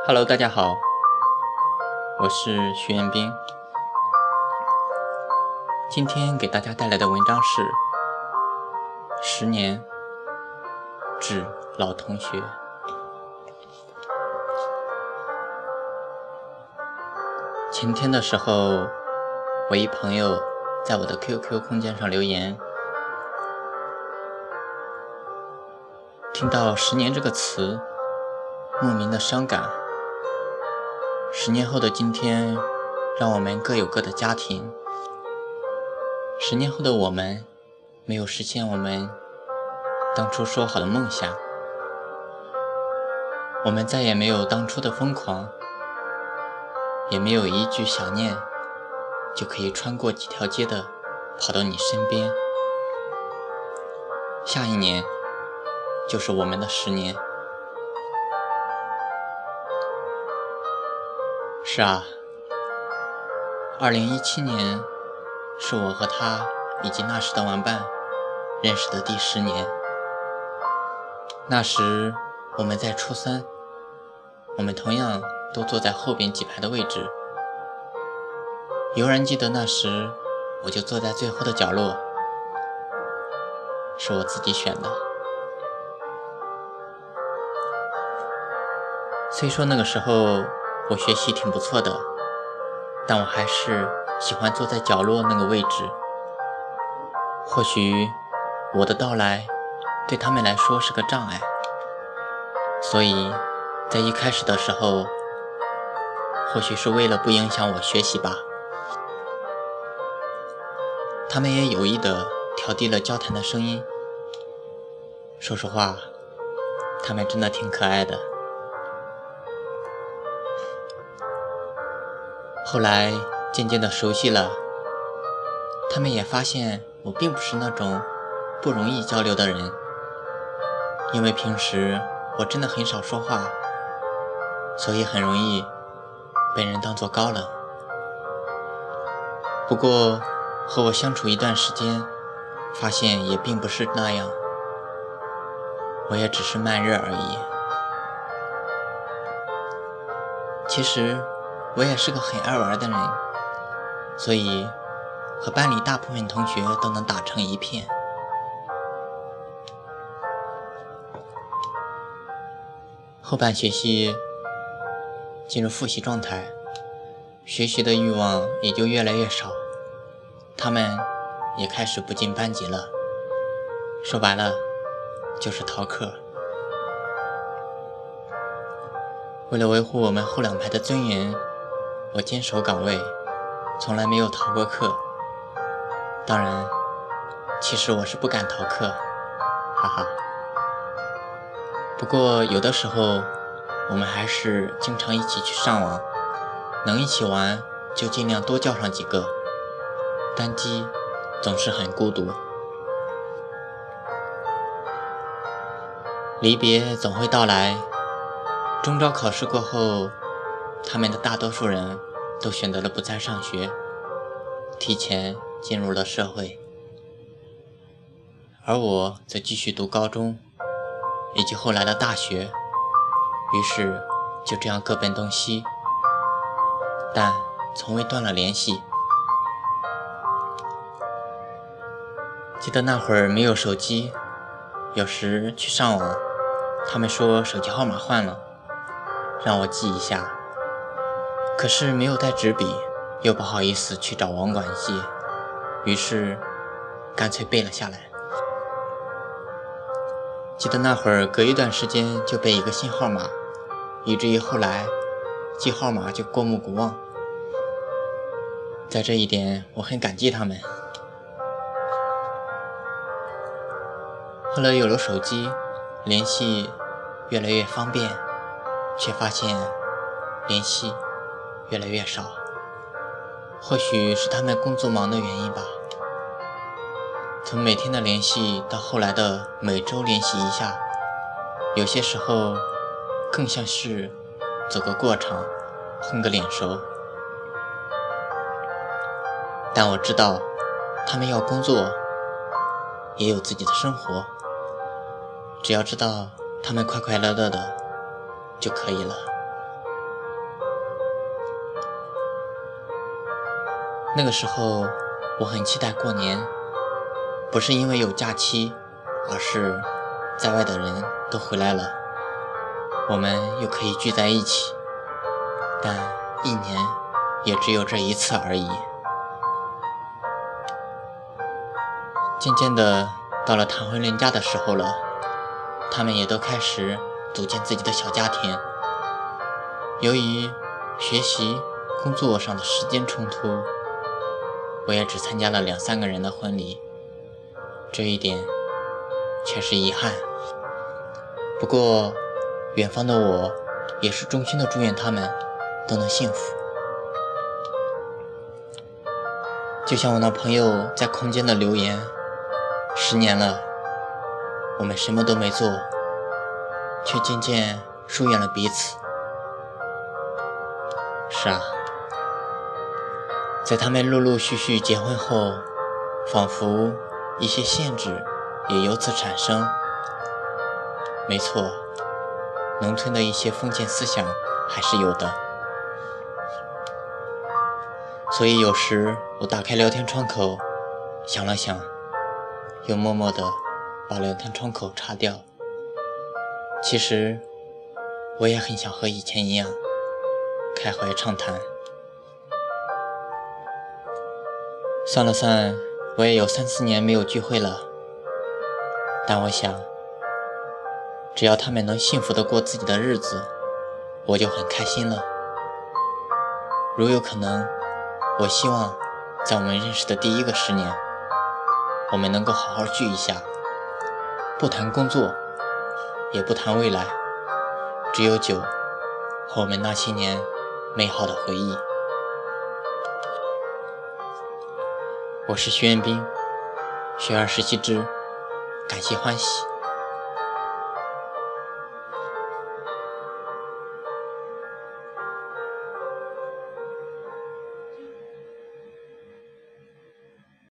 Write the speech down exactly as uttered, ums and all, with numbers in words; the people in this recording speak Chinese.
Hello， 大家好，我是徐彦斌。今天给大家带来的文章是《十年致老同学》。前天的时候，我一朋友在我的 Q Q 空间上留言，听到十年这个词，莫名的伤感。十年后的今天，让我们各有各的家庭。十年后的我们，没有实现我们当初说好的梦想。我们再也没有当初的疯狂，也没有一句想念就可以穿过几条街的跑到你身边。下一年就是我们的十年。是啊，二零一七年是我和他以及那时的玩伴认识的第十年。那时我们在初三，我们同样都坐在后边几排的位置。悠然记得那时我就坐在最后的角落，是我自己选的。虽说那个时候我学习挺不错的，但我还是喜欢坐在角落那个位置。或许我的到来对他们来说是个障碍，所以在一开始的时候，或许是为了不影响我学习吧，他们也有意地调低了交谈的声音。说实话，他们真的挺可爱的。后来渐渐的熟悉了，他们也发现我并不是那种不容易交流的人，因为平时我真的很少说话，所以很容易被人当作高冷。不过和我相处一段时间，发现也并不是那样，我也只是慢热而已。其实我也是个很爱玩的人，所以和班里大部分同学都能打成一片。后半学期进入复习状态，学习的欲望也就越来越少，他们也开始不进班级了，说白了就是逃课。为了维护我们后两排的尊严，我坚守岗位，从来没有逃过课。当然，其实我是不敢逃课，哈哈。不过有的时候，我们还是经常一起去上网，能一起玩就尽量多叫上几个，单机总是很孤独。离别总会到来，中招考试过后，他们的大多数人都选择了不再上学，提前进入了社会，而我则继续读高中以及后来的大学，于是就这样各奔东西，但从未断了联系。记得那会儿没有手机，有时去上网，他们说手机号码换了，让我记一下，可是没有带纸笔，又不好意思去找网管记，于是干脆背了下来。记得那会儿隔一段时间就背一个新号码，以至于后来记号码就过目不忘。在这一点我很感激他们。后来有了手机，联系越来越方便，却发现联系越来越少，或许是他们工作忙的原因吧。从每天的联系到后来的每周联系一下，有些时候更像是走个过场，混个脸熟。但我知道他们要工作，也有自己的生活，只要知道他们快快乐乐的就可以了。 那个时候我很期待过年，不是因为有假期，而是在外的人都回来了，我们又可以聚在一起。但一年也只有这一次而已。渐渐的到了谈婚论嫁的时候了，他们也都开始组建自己的小家庭。由于学习工作上的时间冲突，我也只参加了两三个人的婚礼，这一点确实遗憾。不过远方的我也是衷心的祝愿他们都能幸福。就像我那朋友在空间的留言，十年了，我们什么都没做，却渐渐疏远了彼此。是啊，在他们陆陆续续结婚后，仿佛一些限制也由此产生。没错，农村的一些封建思想还是有的。所以有时我打开聊天窗口，想了想，又默默地把聊天窗口插掉。其实我也很想和以前一样开怀畅谈。算了算，我也有三四年没有聚会了，但我想只要他们能幸福地过自己的日子，我就很开心了。如有可能，我希望在我们认识的第一个十年，我们能够好好聚一下，不谈工作，也不谈未来，只有酒和我们那些年美好的回忆。我是徐彦斌，学而时习之，感谢欢喜。